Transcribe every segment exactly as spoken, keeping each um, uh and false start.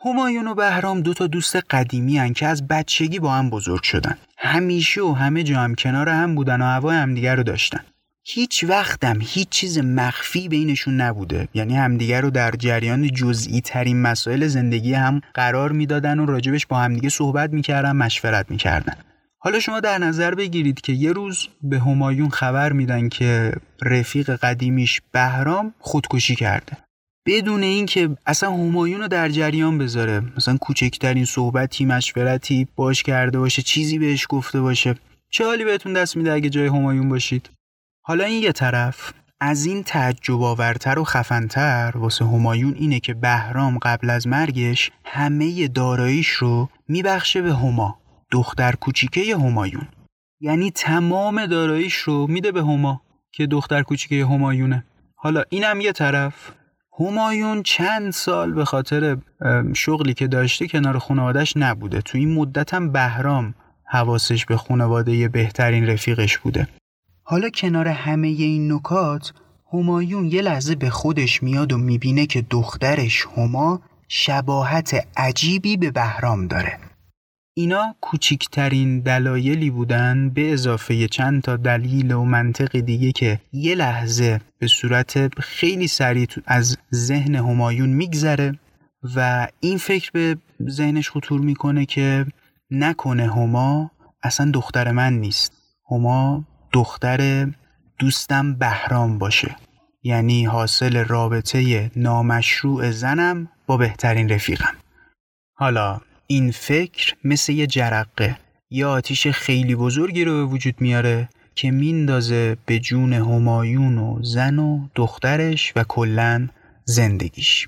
همایون و بهرام دو تا دوست قدیمی هن که از بچگی با هم بزرگ شدن. همیشه و همه جا هم کنار هم بودن و هوای همدیگر رو داشتن. هیچ وقتم هیچ چیز مخفی بینشون نبوده. یعنی همدیگر رو در جریان جزئی ترین مسائل زندگی هم قرار میدادن و راجبش با همدیگه صحبت میکردن، مشورت میکردن. حالا شما در نظر بگیرید که یه روز به همایون خبر میدن که رفیق قدیمیش بهرام خودکشی کرده. بدون اینکه اصلا همایون رو در جریان بذاره، مثلا کوچکترین صحبتی مشورتی باش کرده باشه، چیزی بهش گفته باشه. چه حالی بهتون دست میده اگه جای همایون باشید؟ حالا این یه طرف. از این تعجب آورتر و خفن‌تر واسه همایون اینه که بهرام قبل از مرگش همه داراییش رو میبخشه به هما، دختر کوچیکه همایون. یعنی تمام داراییش رو میده به هما که دختر کوچیکه همایونه. حالا اینم یه طرف. همایون چند سال به خاطر شغلی که داشته کنار خانواده‌اش نبوده. تو این مدت هم بهرام حواسش به خانواده بهترین رفیقش بوده. حالا کنار همه این نکات همایون یه لحظه به خودش میاد و میبینه که دخترش هما شباهت عجیبی به بهرام داره. اینا کوچکترین دلایلی بودن به اضافه چند تا دلیل و منطق دیگه که یه لحظه به صورت خیلی سریع از ذهن همایون میگذره و این فکر به ذهنش خطور میکنه که نکنه هما اصلا دختر من نیست، هما دختر دوستم بهرام باشه، یعنی حاصل رابطه نامشروع زنم با بهترین رفیقم. حالا این فکر مثل یه جرقه، یه آتیش خیلی بزرگی رو به وجود میاره که میندازه به جون همایون و زن و دخترش و کلن زندگیش.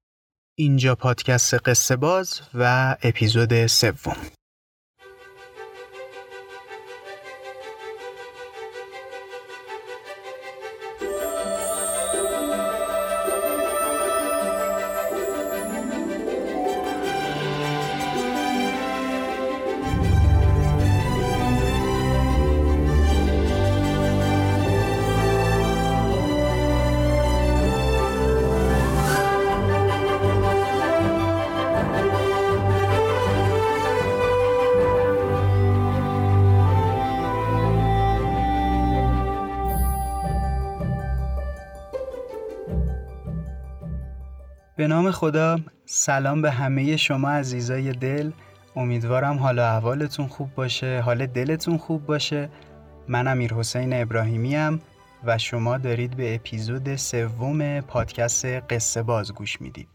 اینجا پادکست قصه باز و اپیزود سوم. به نام خدا، سلام به همه شما عزیزای دل. امیدوارم حال و احوالتون خوب باشه، حال دلتون خوب باشه. من امیرحسین ابراهیمی ام و شما دارید به اپیزود سوم پادکست قصه باز گوش میدید.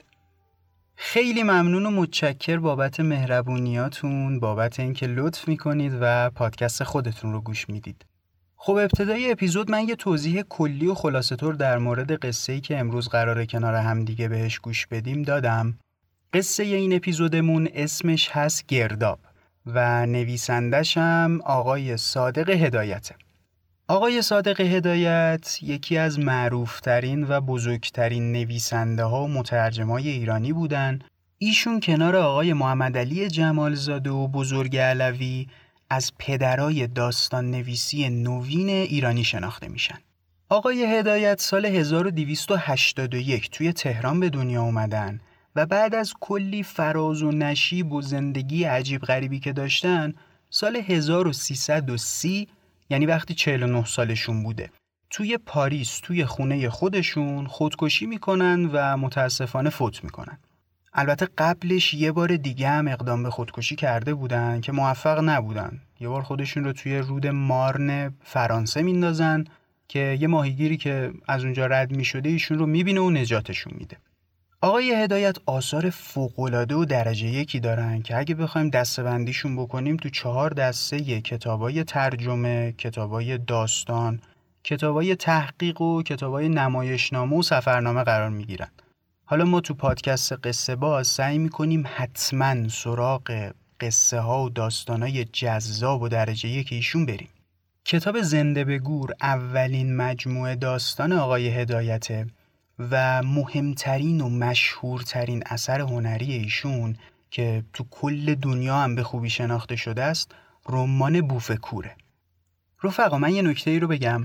خیلی ممنون و متشکر بابت مهربونیاتون، بابت اینکه لطف میکنید و پادکست خودتون رو گوش میدید. خب ابتدای اپیزود من یه توضیح کلی و خلاصه طور در مورد قصه‌ای که امروز قراره کنار هم دیگه بهش گوش بدیم دادم. قصه این اپیزودمون اسمش هست گرداب و نویسندش هم آقای صادق هدایته. آقای صادق هدایت یکی از معروفترین و بزرگترین نویسنده ها و مترجمای ایرانی بودن. ایشون کنار آقای محمد علی جمالزاده و بزرگ علوی از پدرای داستان نویسی نوین ایرانی شناخته میشن. آقای هدایت سال هزار و دویست و هشتاد و یک توی تهران به دنیا اومدن و بعد از کلی فراز و نشیب و زندگی عجیب غریبی که داشتن، سال هزار و سیصد و سی، یعنی وقتی چهل و نه سالشون بوده، توی پاریس توی خونه خودشون خودکشی میکنن و متاسفانه فوت میکنن. البته قبلش یه بار دیگه هم اقدام به خودکشی کرده بودن که موفق نبودن. یه بار خودشون رو توی رود مارن فرانسه میندازن که یه ماهیگیری که از اونجا رد میشده ایشون رو میبینه و نجاتشون میده. آقای هدایت آثار فوق‌العاده و درجه یکی دارن که اگه بخوایم دسته‌بندیشون بکنیم تو چهار دسته: کتابای ترجمه، کتابای داستان، کتابای تحقیق و کتابای نمایشنامه و سفرنامه قرار میگیرن. حالا ما تو پادکست قصه باز سعی میکنیم حتما سراغ قصه ها و داستان های جذاب و درجه یک ایشون بریم. کتاب زنده به گور اولین مجموعه داستان آقای هدایته و مهمترین و مشهورترین اثر هنری ایشون که تو کل دنیا هم به خوبی شناخته شده است، رمان بوف کوره. رفقا من یه نکته ای رو بگم.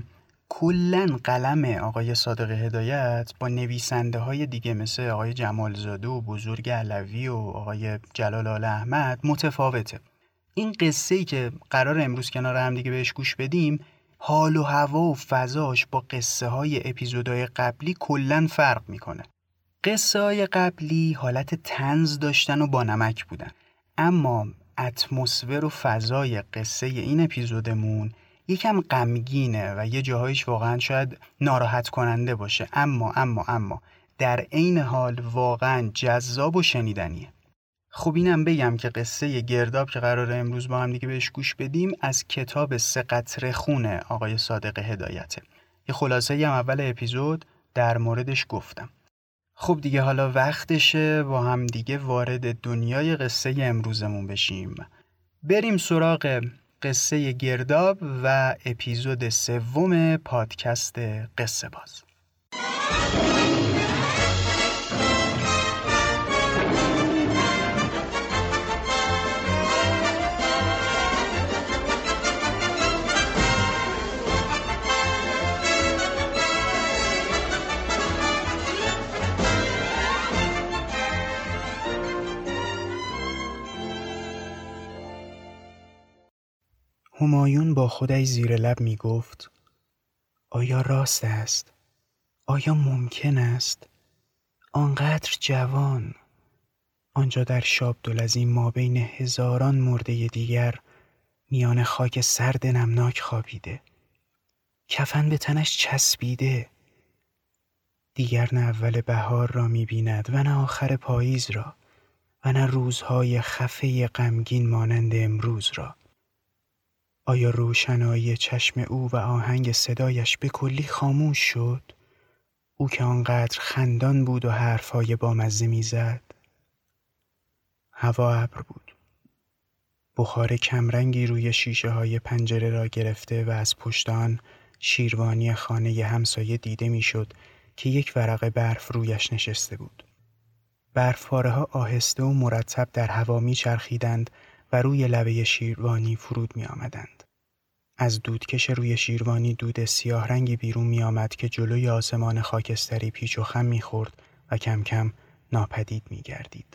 کلن قلم آقای صادق هدایت با نویسنده های دیگه مثل آقای جمالزاده و بزرگ علوی و آقای جلال آل احمد متفاوته. این قصه‌ای که قرار امروز کنار هم دیگه بهش گوش بدیم، حال و هوا و فضاش با قصه های اپیزودهای قبلی کلن فرق میکنه. قصه های قبلی حالت طنز داشتن و با نمک بودن، اما اتمسفر و فضای قصه این اپیزودمون یکم غمگینه و یه جاهایش واقعا شاید ناراحت کننده باشه، اما اما اما در عین حال واقعا جذاب و شنیدنیه. خب اینم بگم که قصه گرداب که قراره امروز با هم دیگه بهش گوش بدیم از کتاب سه قطره خون آقای صادق هدایته. یه خلاصه هم اول اپیزود در موردش گفتم. خب دیگه حالا وقتشه با هم دیگه وارد دنیای قصه امروزمون بشیم. بریم سراغ قصه گرداب و اپیزود سوم پادکست قصه باز. همایون با خودش زیر لب می گفت: آیا راست است؟ آیا ممکن است؟ آنقدر جوان، آنجا در شابدالعظیم ما بین هزاران مرده دیگر میان خاک سرد نمناک خوابیده، کفن به تنش چسبیده، دیگر نه اول بهار را می بیند و نه آخر پاییز را و نه روزهای خفه غمگین مانند امروز را. آیا روشنایی چشم او و آهنگ صدایش به کلی خاموش شد؟ او که آنقدر خندان بود و حرفهای بامزه میزد. هوا ابر بود. بخار کمرنگی روی شیشه های پنجره را گرفته و از پشت آن شیروانی خانه همسایه دیده میشد که یک ورق برف رویش نشسته بود. برف‌پاره ها آهسته و مرتب در هوا میچرخیدند و روی لبه شیروانی فرود می آمدند. از دودکش روی شیروانی دود سیاه رنگی بیرون می آمد که جلوی آسمان خاکستری پیچ و خم می خورد و کم کم ناپدید می گردید.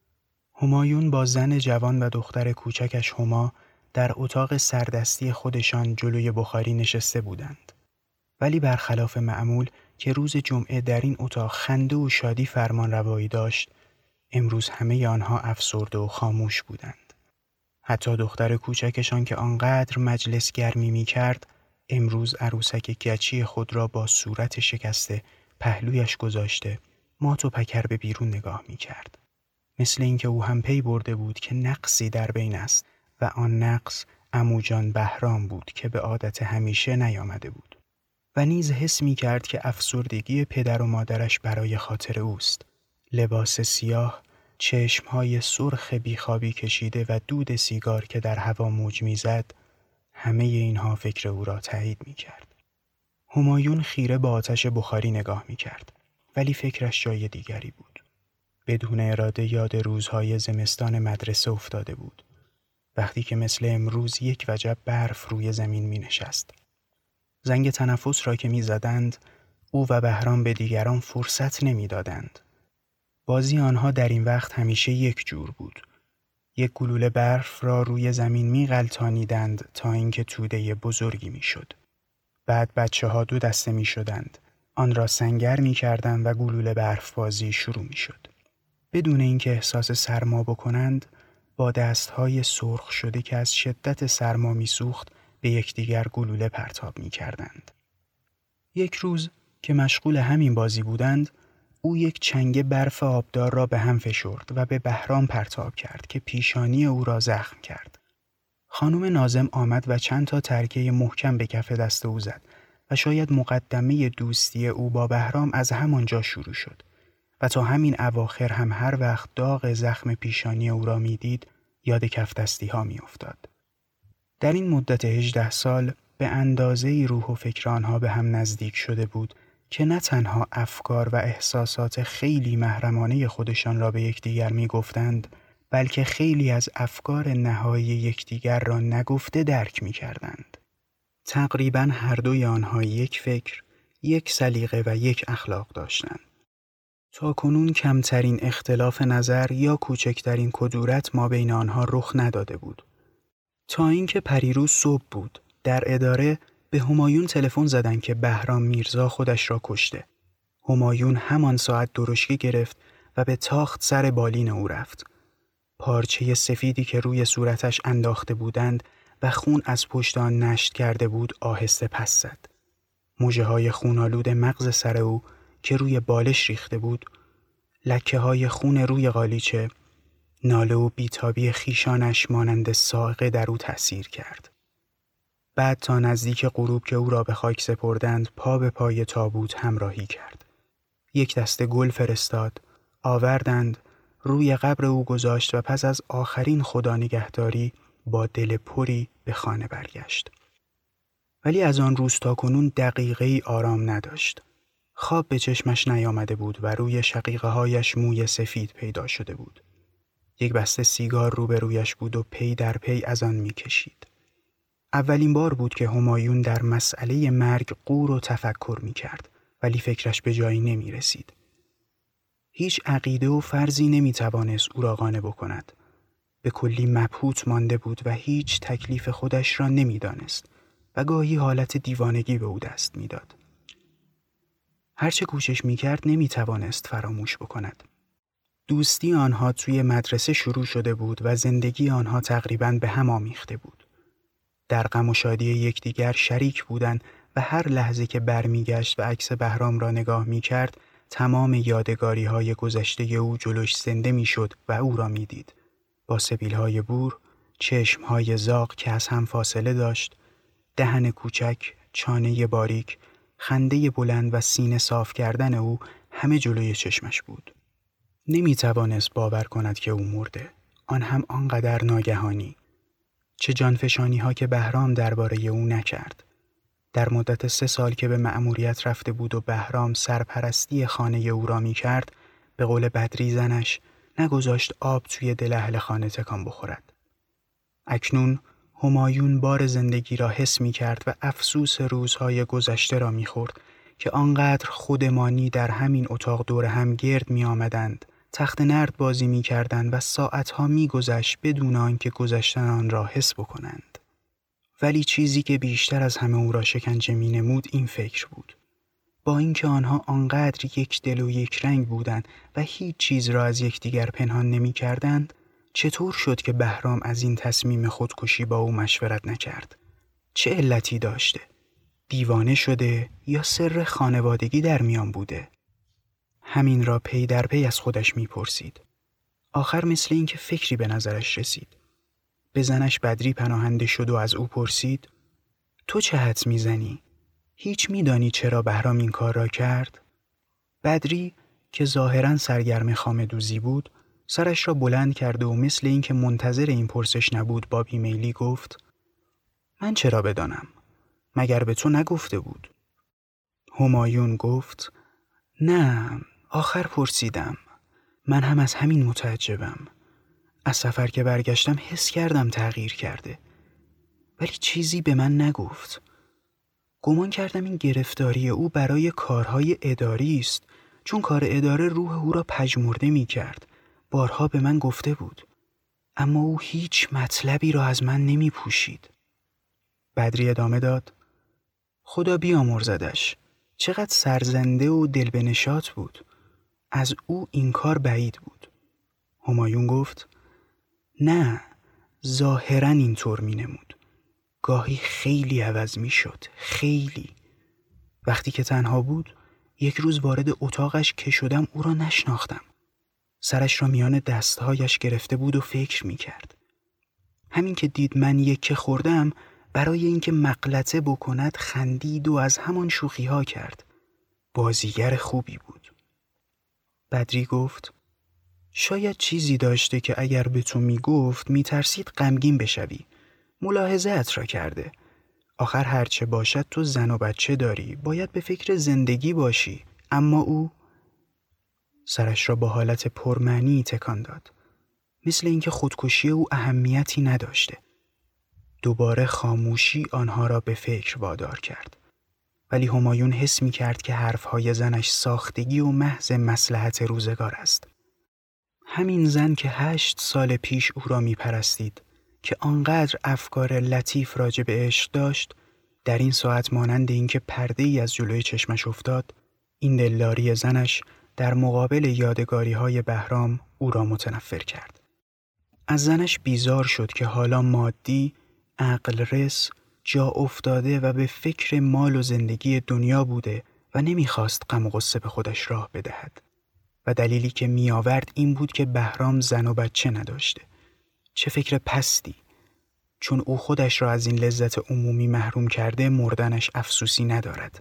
همایون با زن جوان و دختر کوچکش هما در اتاق سردستی خودشان جلوی بخاری نشسته بودند. ولی برخلاف معمول که روز جمعه در این اتاق خنده و شادی فرمان روایی داشت، امروز همه آنها افسرده و خاموش بودند. حتی دختر کوچکشان که آنقدر مجلس گرمی می کرد، امروز عروسک گچی خود را با صورت شکسته پهلویش گذاشته مات و پکر به بیرون نگاه می کرد. مثل اینکه او هم پی برده بود که نقصی در بین است و آن نقص عموجان بهرام بود که به عادت همیشه نیامده بود. و نیز حس می کرد که افسردگی پدر و مادرش برای خاطر اوست. لباس سیاه، چشمهای سرخ بیخوابی کشیده و دود سیگار که در هوا موج میزد، همه اینها فکر او را تایید می کرد. همایون خیره با آتش بخاری نگاه می کرد، ولی فکرش جای دیگری بود. بدون اراده یاد روزهای زمستان مدرسه افتاده بود، وقتی که مثل امروز یک وجب برف روی زمین می نشست. زنگ تنفس را که می زدند، او و بهرام به دیگران فرصت نمی دادند. بازی آنها در این وقت همیشه یک جور بود. یک گلوله برف را روی زمین می غلطانیدند تا اینکه توده بزرگی می شد. بعد بچه ها دو دسته می شدند. آن را سنگر می کردند و گلوله برف بازی شروع می شد. بدون اینکه احساس سرما بکنند، با دستهای سرخ شده که از شدت سرما می سوخت به یکدیگر گلوله پرتاب می کردند. یک روز که مشغول همین بازی بودند، او یک چنگه برف آبدار را به هم فشرد و به بهرام پرتاب کرد که پیشانی او را زخم کرد. خانم ناظم آمد و چند تا ترکه محکم به کف دست او زد و شاید مقدمه دوستی او با بهرام از همانجا شروع شد و تا همین اواخر هم هر وقت داغ زخم پیشانی او را می دید یاد کف دستی ها می افتاد. در این مدت هجده سال به اندازه‌ای روح و فکر آنها به هم نزدیک شده بود که نه تنها افکار و احساسات خیلی محرمانه خودشان را به یکدیگر می گفتند، بلکه خیلی از افکار نهایی یکدیگر را نگفته درک می کردند. تقریباً هر دوی آنها یک فکر، یک سلیقه و یک اخلاق داشتند. تاکنون کمترین اختلاف نظر یا کوچکترین کدورت ما بین آنها رخ نداده بود. تا اینکه پریروز صبح بود، در اداره به همایون تلفن زدند که بهرام میرزا خودش را کشته. همایون همان ساعت درشکه گرفت و به تاخت سر بالین او رفت. پارچه سفیدی که روی صورتش انداخته بودند و خون از پشت آن نشت کرده بود آهسته پس زد. موجه های خونالود مغز سر او که روی بالش ریخته بود، لکه های خون روی قالیچه، ناله و بیتابی خیشانش مانند صاعقه در او تأثیر کرد. بعد تا نزدیک غروب که او را به خاک سپردند پا به پای تابوت همراهی کرد. یک دسته گل فرستاد، آوردند، روی قبر او گذاشت و پس از آخرین خدا نگهداری با دل پری به خانه برگشت. ولی از آن روز تا کنون دقیقه‌ای آرام نداشت. خواب به چشمش نیامده بود و روی شقیقه هایش موی سفید پیدا شده بود. یک بسته سیگار روبرویش بود و پی در پی از آن می‌کشید. اولین بار بود که همایون در مسئله مرگ غور و تفکر می‌کرد، ولی فکرش به جایی نمی‌رسید. هیچ عقیده و فرضی نمی‌توانست او را قانع بکند. به کلی مبهوت مانده بود و هیچ تکلیف خودش را نمی‌دانست و گاهی حالت دیوانگی به او دست می‌داد. هرچه کوشش می‌کرد نمی‌توانست فراموش بکند. دوستی آنها توی مدرسه شروع شده بود و زندگی آنها تقریباً به هم آمیخته بود. در غم و شادی یکدیگر شریک بودند و هر لحظه که برمیگشت و عکس بهرام را نگاه می‌کرد، تمام یادگاری‌های گذشته او جلوش زنده می‌شد و او را می‌دید. با سبیل‌های بور، چشم‌های زاغ که از هم فاصله داشت، دهن کوچک، چانه باریک، خنده بلند و سینه صاف کردن او همه جلوی چشمش بود. نمی‌توانست باور کند که او مرده، آن هم آنقدر ناگهانی. چه جانفشانی‌ها که بهرام درباره او نکرد. در مدت سه سال که به مأموریت رفته بود و بهرام سرپرستی خانه او را می‌کرد، به قول بدری زنش، نگذاشت آب توی دل اهل خانه تکان بخورد. اکنون همایون بار زندگی را حس می‌کرد و افسوس روزهای گذشته را می‌خورد که آنقدر خودمانی در همین اتاق دور هم گرد می‌آمدند، تخت نرد بازی می‌کردند و ساعتها می‌گذشت بدون آنکه گذشتن آن را حس بکنند. ولی چیزی که بیشتر از همه او را شکنجه می‌نمود این فکر بود. با اینکه آنها آنقدر یک دل و یک رنگ بودند و هیچ چیز را از یکدیگر پنهان نمی‌کردند، چطور شد که بهرام از این تصمیم خودکشی با او مشورت نکرد؟ چه علتی داشته؟ دیوانه شده یا سر خانوادگی در میان بوده؟ همین را پی در پی از خودش می‌پرسید. آخر مثل این که فکری به نظرش رسید. به زنش بدری پناهنده شد و از او پرسید: تو چه حدس میزنی؟ هیچ میدانی چرا بهرام این کار را کرد؟ بدری که ظاهراً سرگرم خامه‌دوزی بود، سرش را بلند کرد و مثل این که منتظر این پرسش نبود با بیمیلی گفت: من چرا بدانم؟ مگر به تو نگفته بود؟ همایون گفت: نه، آخر پرسیدم. من هم از همین متعجبم. از سفر که برگشتم حس کردم تغییر کرده. ولی چیزی به من نگفت. گمان کردم این گرفتاری او برای کارهای اداری است، چون کار اداره روح او را پژمرده می کرد. بارها به من گفته بود. اما او هیچ مطلبی را از من نمی پوشید. بدری ادامه داد: خدا بیامرزدش. چقدر سرزنده و دل به نشاط بود. از او این کار بعید بود. همایون گفت: نه، ظاهراً اینطور می نمود. گاهی خیلی عوض می شد. خیلی. وقتی که تنها بود، یک روز وارد اتاقش که شدم او را نشناختم. سرش را میان دستهایش گرفته بود و فکر می کرد. همین که دید من یکه خوردم، برای اینکه مغلطه بکند خندید و از همان شوخی ها کرد. بازیگر خوبی بود. بدری گفت: شاید چیزی داشته که اگر به تو می گفت می ترسید غمگین بشوی. ملاحظه‌ات را کرده. آخر هرچه باشد تو زن و بچه داری. باید به فکر زندگی باشی. اما او سرش را با حالت پرمعنی تکان داد. مثل اینکه خودکشی او اهمیتی نداشته. دوباره خاموشی آنها را به فکر وادار کرد. ولی همایون حس می کرد که حرفهای زنش ساختگی و محض مصلحت روزگار است. همین زن که هشت سال پیش او را می پرستید، که آنقدر افکار لطیف راجع به عشق داشت، در این ساعت مانند اینکه پرده‌ای از جلوی چشمش افتاد، این دلداری زنش در مقابل یادگاری‌های بهرام او را متنفر کرد. از زنش بیزار شد که حالا مادی، عقل رس، جا افتاده و به فکر مال و زندگی دنیا بوده و نمیخواست غم و غصه به خودش راه بدهد. و دلیلی که می آورد این بود که بهرام زن و بچه نداشته. چه فکر پستی! چون او خودش را از این لذت عمومی محروم کرده، مردنش افسوسی ندارد.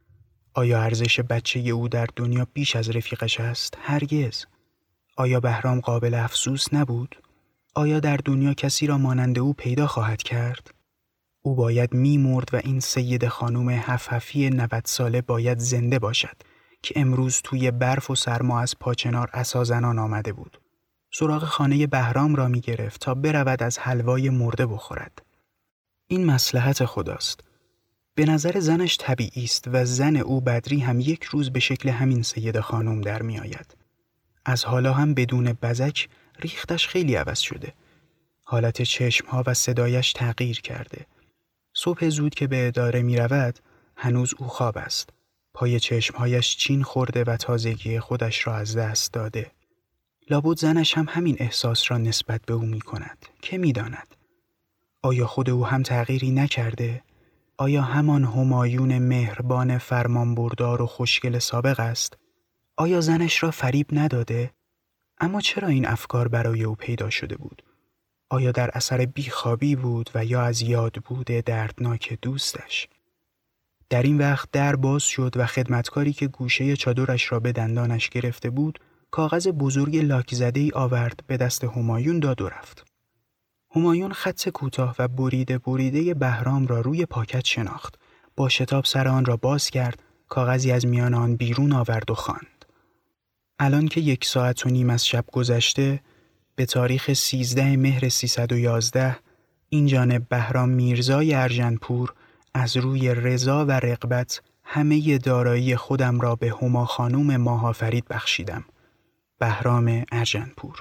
آیا ارزش بچه او در دنیا بیش از رفیقش است؟ هرگز. آیا بهرام قابل افسوس نبود؟ آیا در دنیا کسی را مانند او پیدا خواهد کرد؟ او باید می مرد و این سید خانوم حفحفی نود ساله باید زنده باشد که امروز توی برف و سرما از پاچنار عصازنان آمده بود. سراغ خانه بهرام را می گرفت تا برود از حلوای مرده بخورد. این مصلحت خداست. به نظر زنش طبیعی است و زن او بدری هم یک روز به شکل همین سید خانوم در می آید. از حالا هم بدون بزک ریختش خیلی عوض شده. حالت چشمها و صدایش تغییر کرده. صبح زود که به اداره می رود، هنوز او خواب است. پای چشمهایش چین خورده و تازگی خودش را از دست داده. لابد زنش هم همین احساس را نسبت به او می کند. که می داند؟ آیا خود او هم تغییری نکرده؟ آیا همان همایون مهربان فرمانبردار و خوشگل سابق است؟ آیا زنش را فریب نداده؟ اما چرا این افکار برای او پیدا شده بود؟ آیا در اثر بیخوابی بود و یا از یاد بوده دردناک دوستش؟ در این وقت در باز شد و خدمتکاری که گوشه چادرش را به دندانش گرفته بود، کاغذ بزرگ لاک زده‌ای آورد به دست همایون داد و رفت. همایون خط کوتاه و بریده بریده بهرام را روی پاکت شناخت. با شتاب سر آن را باز کرد، کاغذی از میان آن بیرون آورد و خواند. الان که یک ساعت و نیم از شب گذشته، به تاریخ سیزده مهر سیصد و یازده، این جانب بهرام میرزای ارجنپور از روی رضا و رغبت همه دارایی خودم را به هما خانوم ماهافرید بخشیدم. بهرام ارجنپور.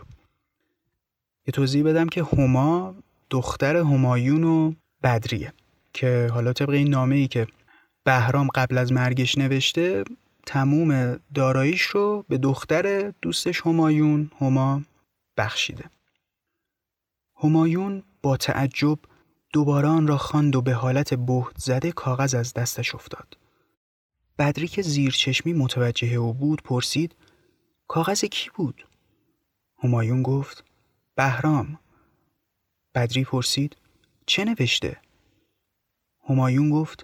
یه توضیح بدم که هما دختر همایون و بدریه که حالا طبق این نامه‌ای که بهرام قبل از مرگش نوشته، تموم داراییش رو به دختر دوستش همایون هما بخشیده. همایون با تعجب دوباره آن را خواند و به حالت بهت زده کاغذ از دستش افتاد. بدری که زیر چشمی متوجه او بود پرسید: کاغذ کی بود؟ همایون گفت: بهرام. بدری پرسید: چه نوشته؟ همایون گفت: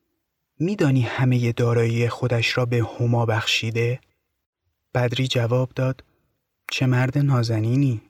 میدانی همه دارایی خودش را به هما بخشیده؟ بدری جواب داد: چه مرد نازنینی.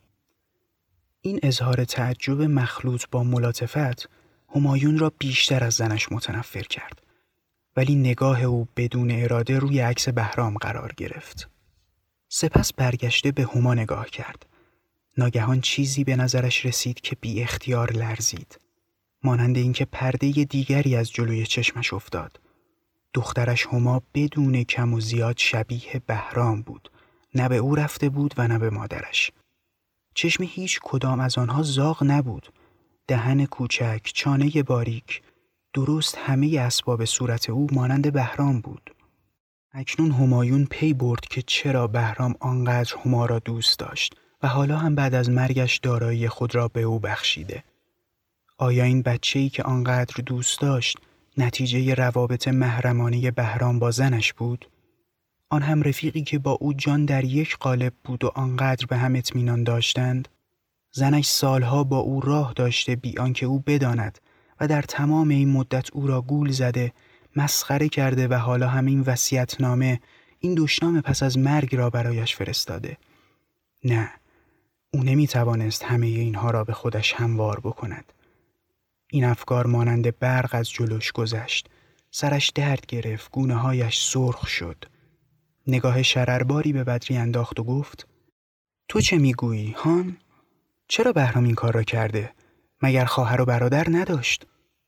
این اظهار تعجب مخلوط با ملاطفت همایون را بیشتر از زنش متنفر کرد. ولی نگاه او بدون اراده روی عکس بهرام قرار گرفت. سپس برگشته به هما نگاه کرد. ناگهان چیزی به نظرش رسید که بی اختیار لرزید. مانند اینکه پرده دیگری از جلوی چشمش افتاد. دخترش هما بدون کم و زیاد شبیه بهرام بود. نه به او رفته بود و نه به مادرش. چشم هیچ کدام از آنها زاغ نبود. دهن کوچک، چانه باریک، درست همه اسباب صورت او مانند بهرام بود. اکنون همایون پی برد که چرا بهرام آنقدر هما را دوست داشت و حالا هم بعد از مرگش دارایی خود را به او بخشیده. آیا این بچه‌ای که آنقدر دوست داشت نتیجه روابط محرمانه بهرام با زنش بود؟ آن هم رفیقی که با او جان در یک قالب بود و آنقدر به هم اطمینان داشتند؟ زنش سالها با او راه داشته بی آنکه او بداند و در تمام این مدت او را گول زده، مسخره کرده و حالا همین وصیت‌نامه، این دشنام پس از مرگ را برایش فرستاده. نه، او نمیتوانست همه اینها را به خودش هموار بکند. این افکار مانند برق از جلوش گذشت. سرش درد گرفت، گونه‌هایش سرخ شد. نگاه شررباری به بدری انداخت و گفت: تو چه میگویی هان؟ چرا بهرام این کار را کرده؟ مگر خواهر و برادر نداشت؟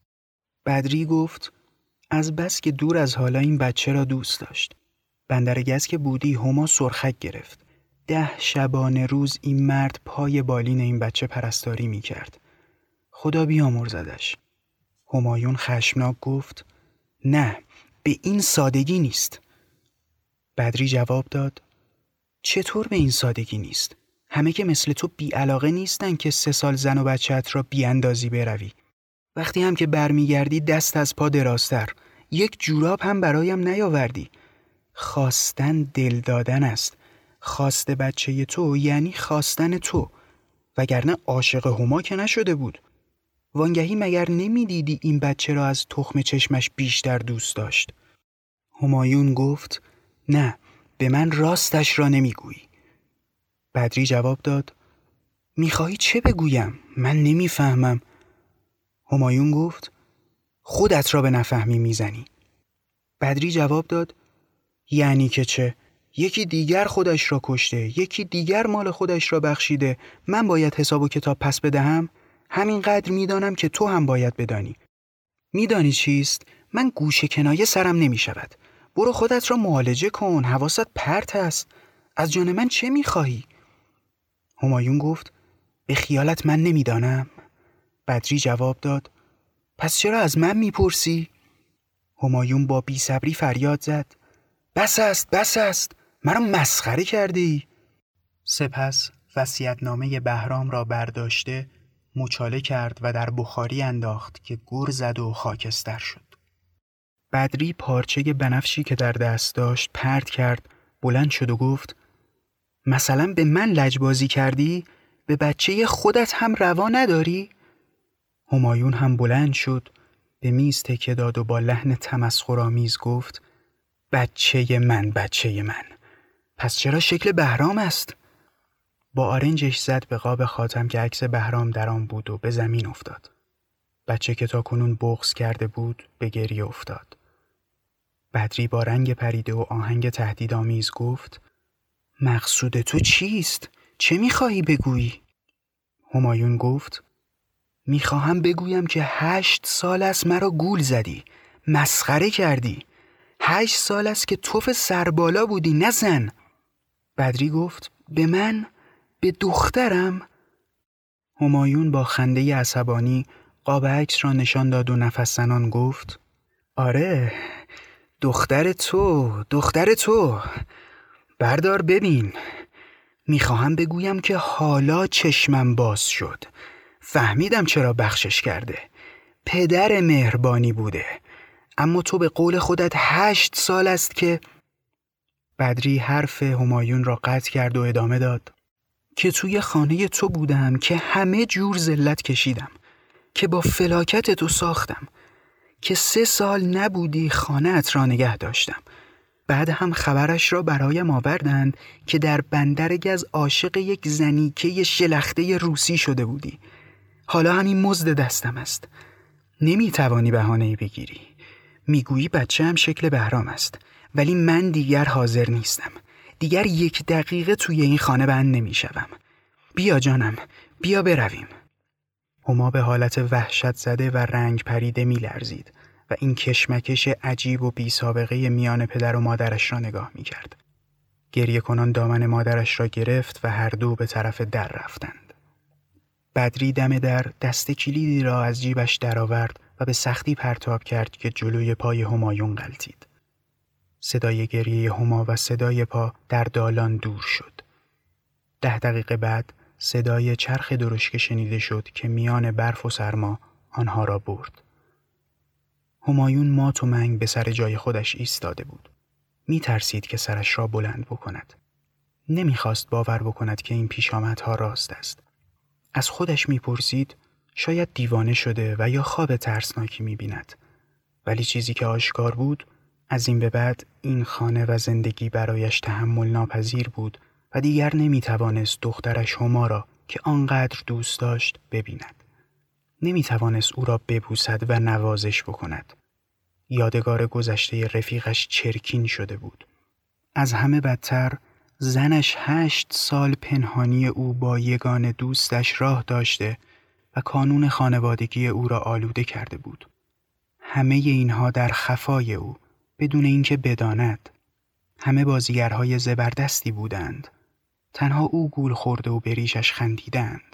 بدری گفت از بس که دور از حالا این بچه را دوست داشت. بندرگز که بودی هما سرخک گرفت. ده شبانه روز این مرد پای بالین این بچه پرستاری می کرد. خدا بیامرزدش. همایون خشمناک گفت نه، به این سادگی نیست. بدری جواب داد چطور به این سادگی نیست؟ همه که مثل تو بی علاقه نیستن که سه سال زن و بچه‌ات را بی اندازی بروی. وقتی هم که برمیگردی دست از پا درازتر، یک جوراب هم برایم نیاوردی. خواستن دل دادن است. خواست بچه تو یعنی خواستن تو، وگرنه عاشق هما که نشده بود. وانگهی مگر نمیدیدی این بچه را از تخم چشمش بیشتر دوست داشت؟ همایون گفت نه، به من راستش را نمیگویی. بدری جواب داد میخواهی چه بگویم؟ من نمیفهمم. همایون گفت خودت را به نفهمی میزنی. بدری جواب داد یعنی که چه؟ یکی دیگر خودش را کشته، یکی دیگر مال خودش را بخشیده، من باید حساب و کتاب پس بدهم؟ همینقدر میدانم که تو هم باید بدانی. میدانی چیست؟ من گوشه کنایه سرم نمی شود. برو خودت را معالجه کن، حواست پرت است. از جان من چه میخواهی؟ همایون گفت به خیالت من نمیدانم؟ بدری جواب داد پس چرا از من میپرسی؟ همایون با بی‌صبری فریاد زد بس است، بس است، مرا مسخره کردی. سپس وصیت‌نامه بهرام را برداشته مچاله کرد و در بخاری انداخت که گر زد و خاکستر شد. بدری پارچه بنفشی که در دست داشت پرت کرد، بلند شد و گفت مثلا به من لجبازی کردی؟ به بچه خودت هم روا نداری؟ همایون هم بلند شد، به میز تکیه داد و با لحن تمسخرآمیز گفت بچه من، بچه من، پس چرا شکل بهرام است؟ با آرنجش زد به قاب خاتم که عکس بهرام در آن بود و به زمین افتاد. بچه که تا کنون بغض کرده بود به گریه افتاد. بدری با رنگ پریده و آهنگ تهدیدآمیز گفت مقصود تو چیست؟ چه میخواهی بگویی؟ همایون گفت میخواهم بگویم که هشت سال است مرا گول زدی، مسخره کردی. هشت سال است که توف سربالا بودی، نه زن. بدری گفت به من؟ به دخترم؟ همایون با خنده عصبانی قاب عکس را نشان داد و نفس زنان گفت آره، دختر تو، دختر تو. بردار ببین. میخواهم بگویم که حالا چشمم باز شد. فهمیدم چرا بخشش کرده. پدر مهربانی بوده. اما تو به قول خودت هشت سال است که... بدری حرف همایون را قطع کرد و ادامه داد که توی خانه تو بودم که همه جور ذلت کشیدم، که با فلاکت تو ساختم، که سه سال نبودی خانه‌ات را نگه داشتم. بعد هم خبرش را برایم آوردند که در بندرگز عاشق یک زنیکه شلخته روسی شده بودی. حالا همین مزد دستم است. نمیتوانی بهانه‌ای بگیری. میگویی بچه هم شکل بهرام است، ولی من دیگر حاضر نیستم. دیگر یک دقیقه توی این خانه بند نمیشوم. بیا جانم، بیا برویم. هما به حالت وحشت زده و رنگ پریده می لرزید و این کشمکش عجیب و بی سابقه میان پدر و مادرش را نگاه می کرد. گریه کنان دامن مادرش را گرفت و هر دو به طرف در رفتند. بدری دم در دست کلیدی را از جیبش درآورد و به سختی پرتاب کرد که جلوی پای همایون غلتید. صدای گریه هما و صدای پا در دالان دور شد. ده دقیقه بعد صدای چرخ درشکه شنیده شد که میان برف و سرما آنها را برد. همایون مات و منگ به سر جای خودش ایستاده بود. می ترسید که سرش را بلند بکند. نمی خواست باور بکند که این پیشامدها راست است. از خودش می پرسید شاید دیوانه شده و یا خواب ترسناکی می بیند. ولی چیزی که آشکار بود، از این به بعد این خانه و زندگی برایش تحمل ناپذیر بود و دیگر نمی توانست دخترش هما را که آنقدر دوست داشت ببیند. نمی توانست او را ببوسد و نوازش بکند. یادگار گذشته رفیقش چرکین شده بود. از همه بدتر زنش هشت سال پنهانی او با یگان دوستش راه داشته و کانون خانوادگی او را آلوده کرده بود. همه اینها در خفای او، بدون اینکه بداند. همه بازیگرهای زبردستی بودند. تنها او گول خورده و به ریشش خندیدند.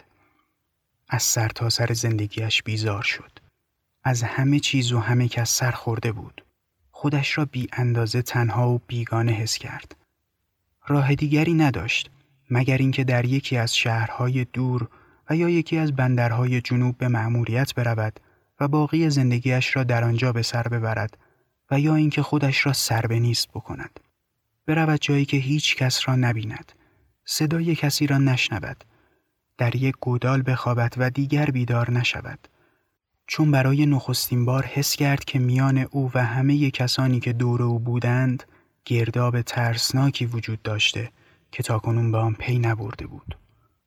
از سر تا سر زندگیش بیزار شد. از همه چیز و همه کس سر خورده بود. خودش را بی اندازه تنها و بیگانه حس کرد. راه دیگری نداشت مگر اینکه در یکی از شهرهای دور و یا یکی از بندرهای جنوب به مأموریت برود و باقی زندگیش را در آنجا به سر ببرد و یا اینکه خودش را سر به نیست بکند. برود جایی که هیچ کس را نبیند، صدای کسی را نشنود، در یک گودال بخوابد و دیگر بیدار نشود. چون برای نخستین بار حس کرد که میان او و همه کسانی که دور او بودند گرداب ترسناکی وجود داشته که تاکنون به آن پی نبرده بود.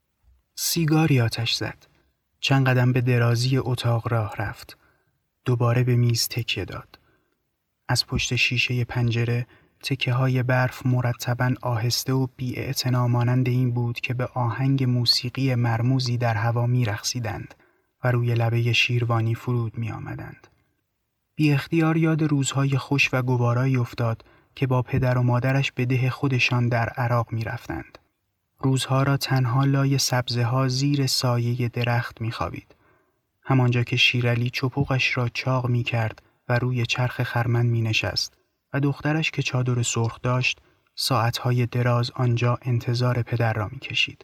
سیگاری آتش زد. چند قدم به درازی اتاق راه رفت. دوباره به میز تکیه داد. از پشت شیشه پنجره تکه های برف مرتباً آهسته و بی‌اعتنا مانند این بود که به آهنگ موسیقی مرموزی در هوا می رقصیدند و روی لبه شیروانی فرود می آمدند. بی اختیار یاد روزهای خوش و گوارایی افتاد که با پدر و مادرش به ده خودشان در عراق می رفتند. روزها را تنها لای سبزه ها زیر سایه درخت می خوابید. همانجا که شیرعلی چپوقش را چاق می کرد و روی چرخ خرمن می نشست و دخترش که چادر سرخ داشت ساعتهای دراز آنجا انتظار پدر را می کشید.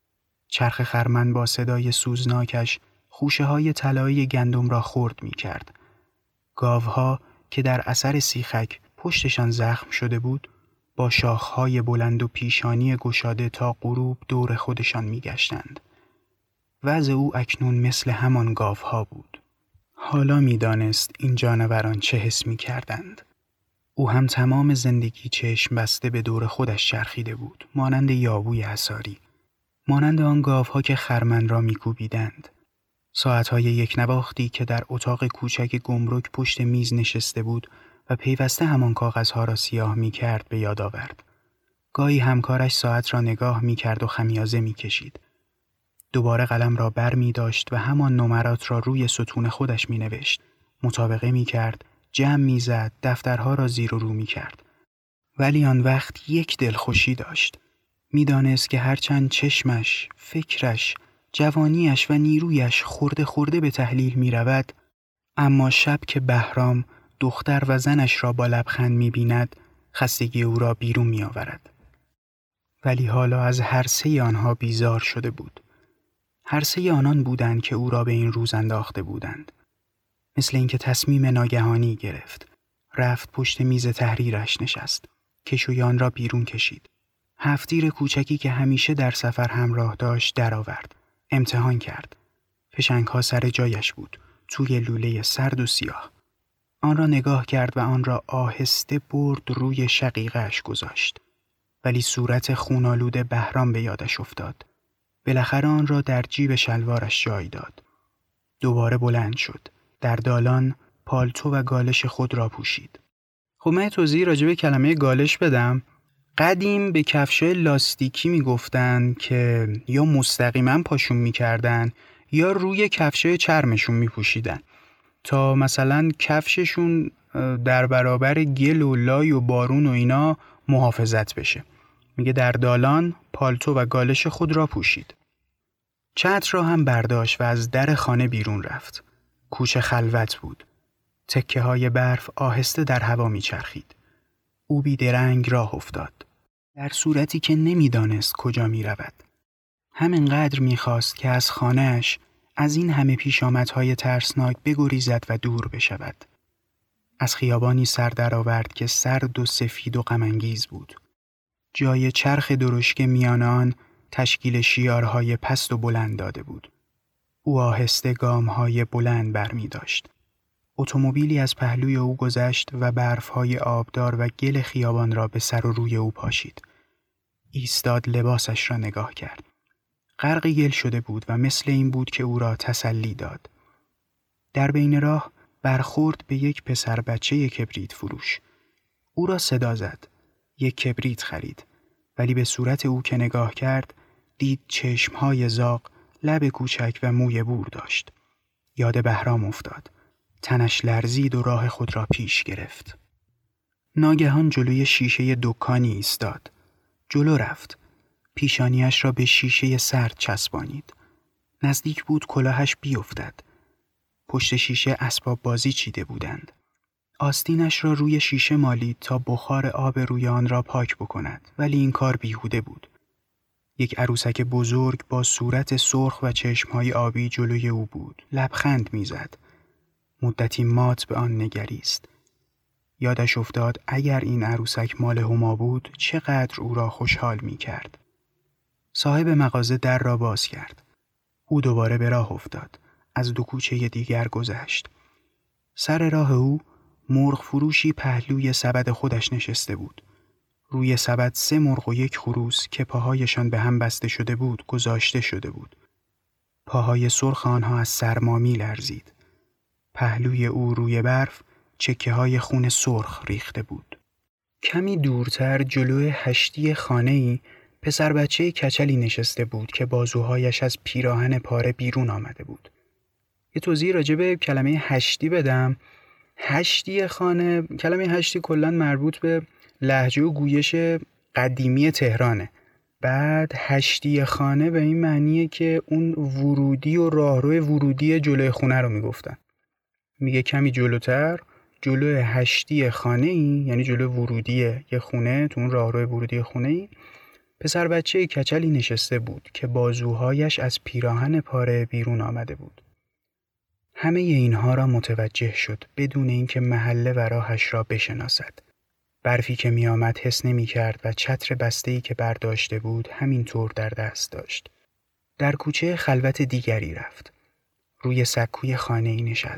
چرخ خرمن با صدای سوزناکش خوشه های طلایی گندم را خرد می کرد. گاوها که در اثر سیخک پشتشان زخم شده بود با شاخهای بلند و پیشانی گشاده تا غروب دور خودشان می گشتند. وضع او اکنون مثل همان گاوها بود. حالا می دانست این جانوران چه حس می کردند. او هم تمام زندگی چشم بسته به دور خودش چرخیده بود، مانند یابوی حصاری، مانند آن گاوها که خرمن را می کوبیدند. ساعتهای یک نواختی که در اتاق کوچک گمرک پشت میز نشسته بود و پیوسته همان کاغذها را سیاه می کرد به یاد آورد. گاهی همکارش ساعت را نگاه می کرد و خمیازه می کشید. دوباره قلم را بر می داشت و همان نمرات را روی ستون خودش می نوشت. مطابقه می کرد، جمع می زد، دفترها را زیر و رو می کرد. ولی آن وقت یک دلخوشی داشت. می دانست که هرچند چشمش، فکرش، جوانیش و نیرویش خورده خورده به تحلیل می رود، اما شب که بهرام دختر و زنش را با لبخند می بیند، خستگی او را بیرون می آورد. ولی حالا از هر سه آنها بیزار شده بود. هر سه آنان بودند که او را به این روز انداخته بودند. مثل اینکه تصمیم ناگهانی گرفت. رفت پشت میز تحریرش نشست. کشویان را بیرون کشید. هفتیر کوچکی که همیشه در سفر همراه داشت درآورد. امتحان کرد. فشنگ‌ها سر جایش بود. توی لوله سرد و سیاه. آن را نگاه کرد و آن را آهسته برد روی شقیقه‌اش گذاشت. ولی صورت خونالود بهرام به یادش افتاد. بالاخره آن را در جیب شلوارش جای داد. دوباره بلند شد. در دالان پالتو و گالش خود را پوشید. خب من توضیح راجع به کلمه گالش بدم. قدیم به کفشای لاستیکی میگفتن که یا مستقیما پاشون میکردن یا روی کفشای چرمشون میپوشیدن تا مثلا کفششون در برابر گل و لای و بارون و اینا محافظت بشه. میگه در دالان پالتو و گالش خود را پوشید. چتر را هم برداشت و از در خانه بیرون رفت. کوچه خلوت بود. تکه های برف آهسته در هوا میچرخید. او بیدرنگ راه افتاد. در صورتی که نمیدانست کجا می رود. همینقدر میخواست که از خانهش از این همه پیشامدهای ترسناک بگریزد و دور بشود. از خیابانی سر درآورد که سرد و سفید و غم‌انگیز بود. جای چرخ درشک میان آن تشکیل شیارهای پست و بلند داده بود. او آهسته گامهای بلند برمی داشت. اتومبیلی از پهلوی او گذشت و برفهای آبدار و گل خیابان را به سر و روی او پاشید. ایستاد لباسش را نگاه کرد. غرق گل شده بود و مثل این بود که او را تسلی داد. در بین راه برخورد به یک پسر بچه کبریت فروش. او را صدا زد. یک کبریت خرید. ولی به صورت او که نگاه کرد دید چشمهای زاغ، لب کوچک و موی بور داشت. یاد بهرام افتاد. تنش لرزید و راه خود را پیش گرفت. ناگهان جلوی شیشه دکانی ایستاد. جلو رفت. پیشانیش را به شیشه سرد چسبانید. نزدیک بود کلاهش بیفتد. پشت شیشه اسباب بازی چیده بودند. آستینش را روی شیشه مالید تا بخار آب روی آن را پاک بکند، ولی این کار بیهوده بود. یک عروسک بزرگ با صورت سرخ و چشمهای آبی جلوی او بود. لبخند میزد. مدتی مات به آن نگریست. یادش افتاد اگر این عروسک مال هما بود چقدر او را خوشحال می کرد. صاحب مغازه در را باز کرد. او دوباره به راه افتاد. از دو کوچه دیگر گذشت. سر راه او مرغ فروشی پهلوی سبد خودش نشسته بود. روی سبد سه مرغ و یک خروس که پاهایشان به هم بسته شده بود گذاشته شده بود. پاهای سرخ آنها از سرما می لرزید. پهلوی او روی برف چکه های خون سرخ ریخته بود. کمی دورتر جلوی هشتی خانه‌ای پسر بچه کچلی نشسته بود که بازوهایش از پیراهن پاره بیرون آمده بود. یه توضیح راجع به کلمه هشتی بدم. هشتی خانه، کلمه هشتی کلاً مربوط به لهجه و گویش قدیمی تهرانه. بعد هشتی خانه به این معنیه که اون ورودی و راهروی ورودی جلوی خونه رو میگفتن. میگه کمی جلوتر جلوی هشتی خانه‌ای، یعنی جلوی ورودی یه خونه، تو اون راهروی ورودی خونه‌ای پسر بچه کچلی نشسته بود که بازوهایش از پیراهن پاره بیرون آمده بود. همه اینها را متوجه شد بدون اینکه محله و راهش را بشناسد. برفی که می آمد حس نمی کرد و چتر بسته‌ای که برداشته بود همینطور در دست داشت. در کوچه خلوت دیگری رفت. روی سکوی خانه‌ای نشست.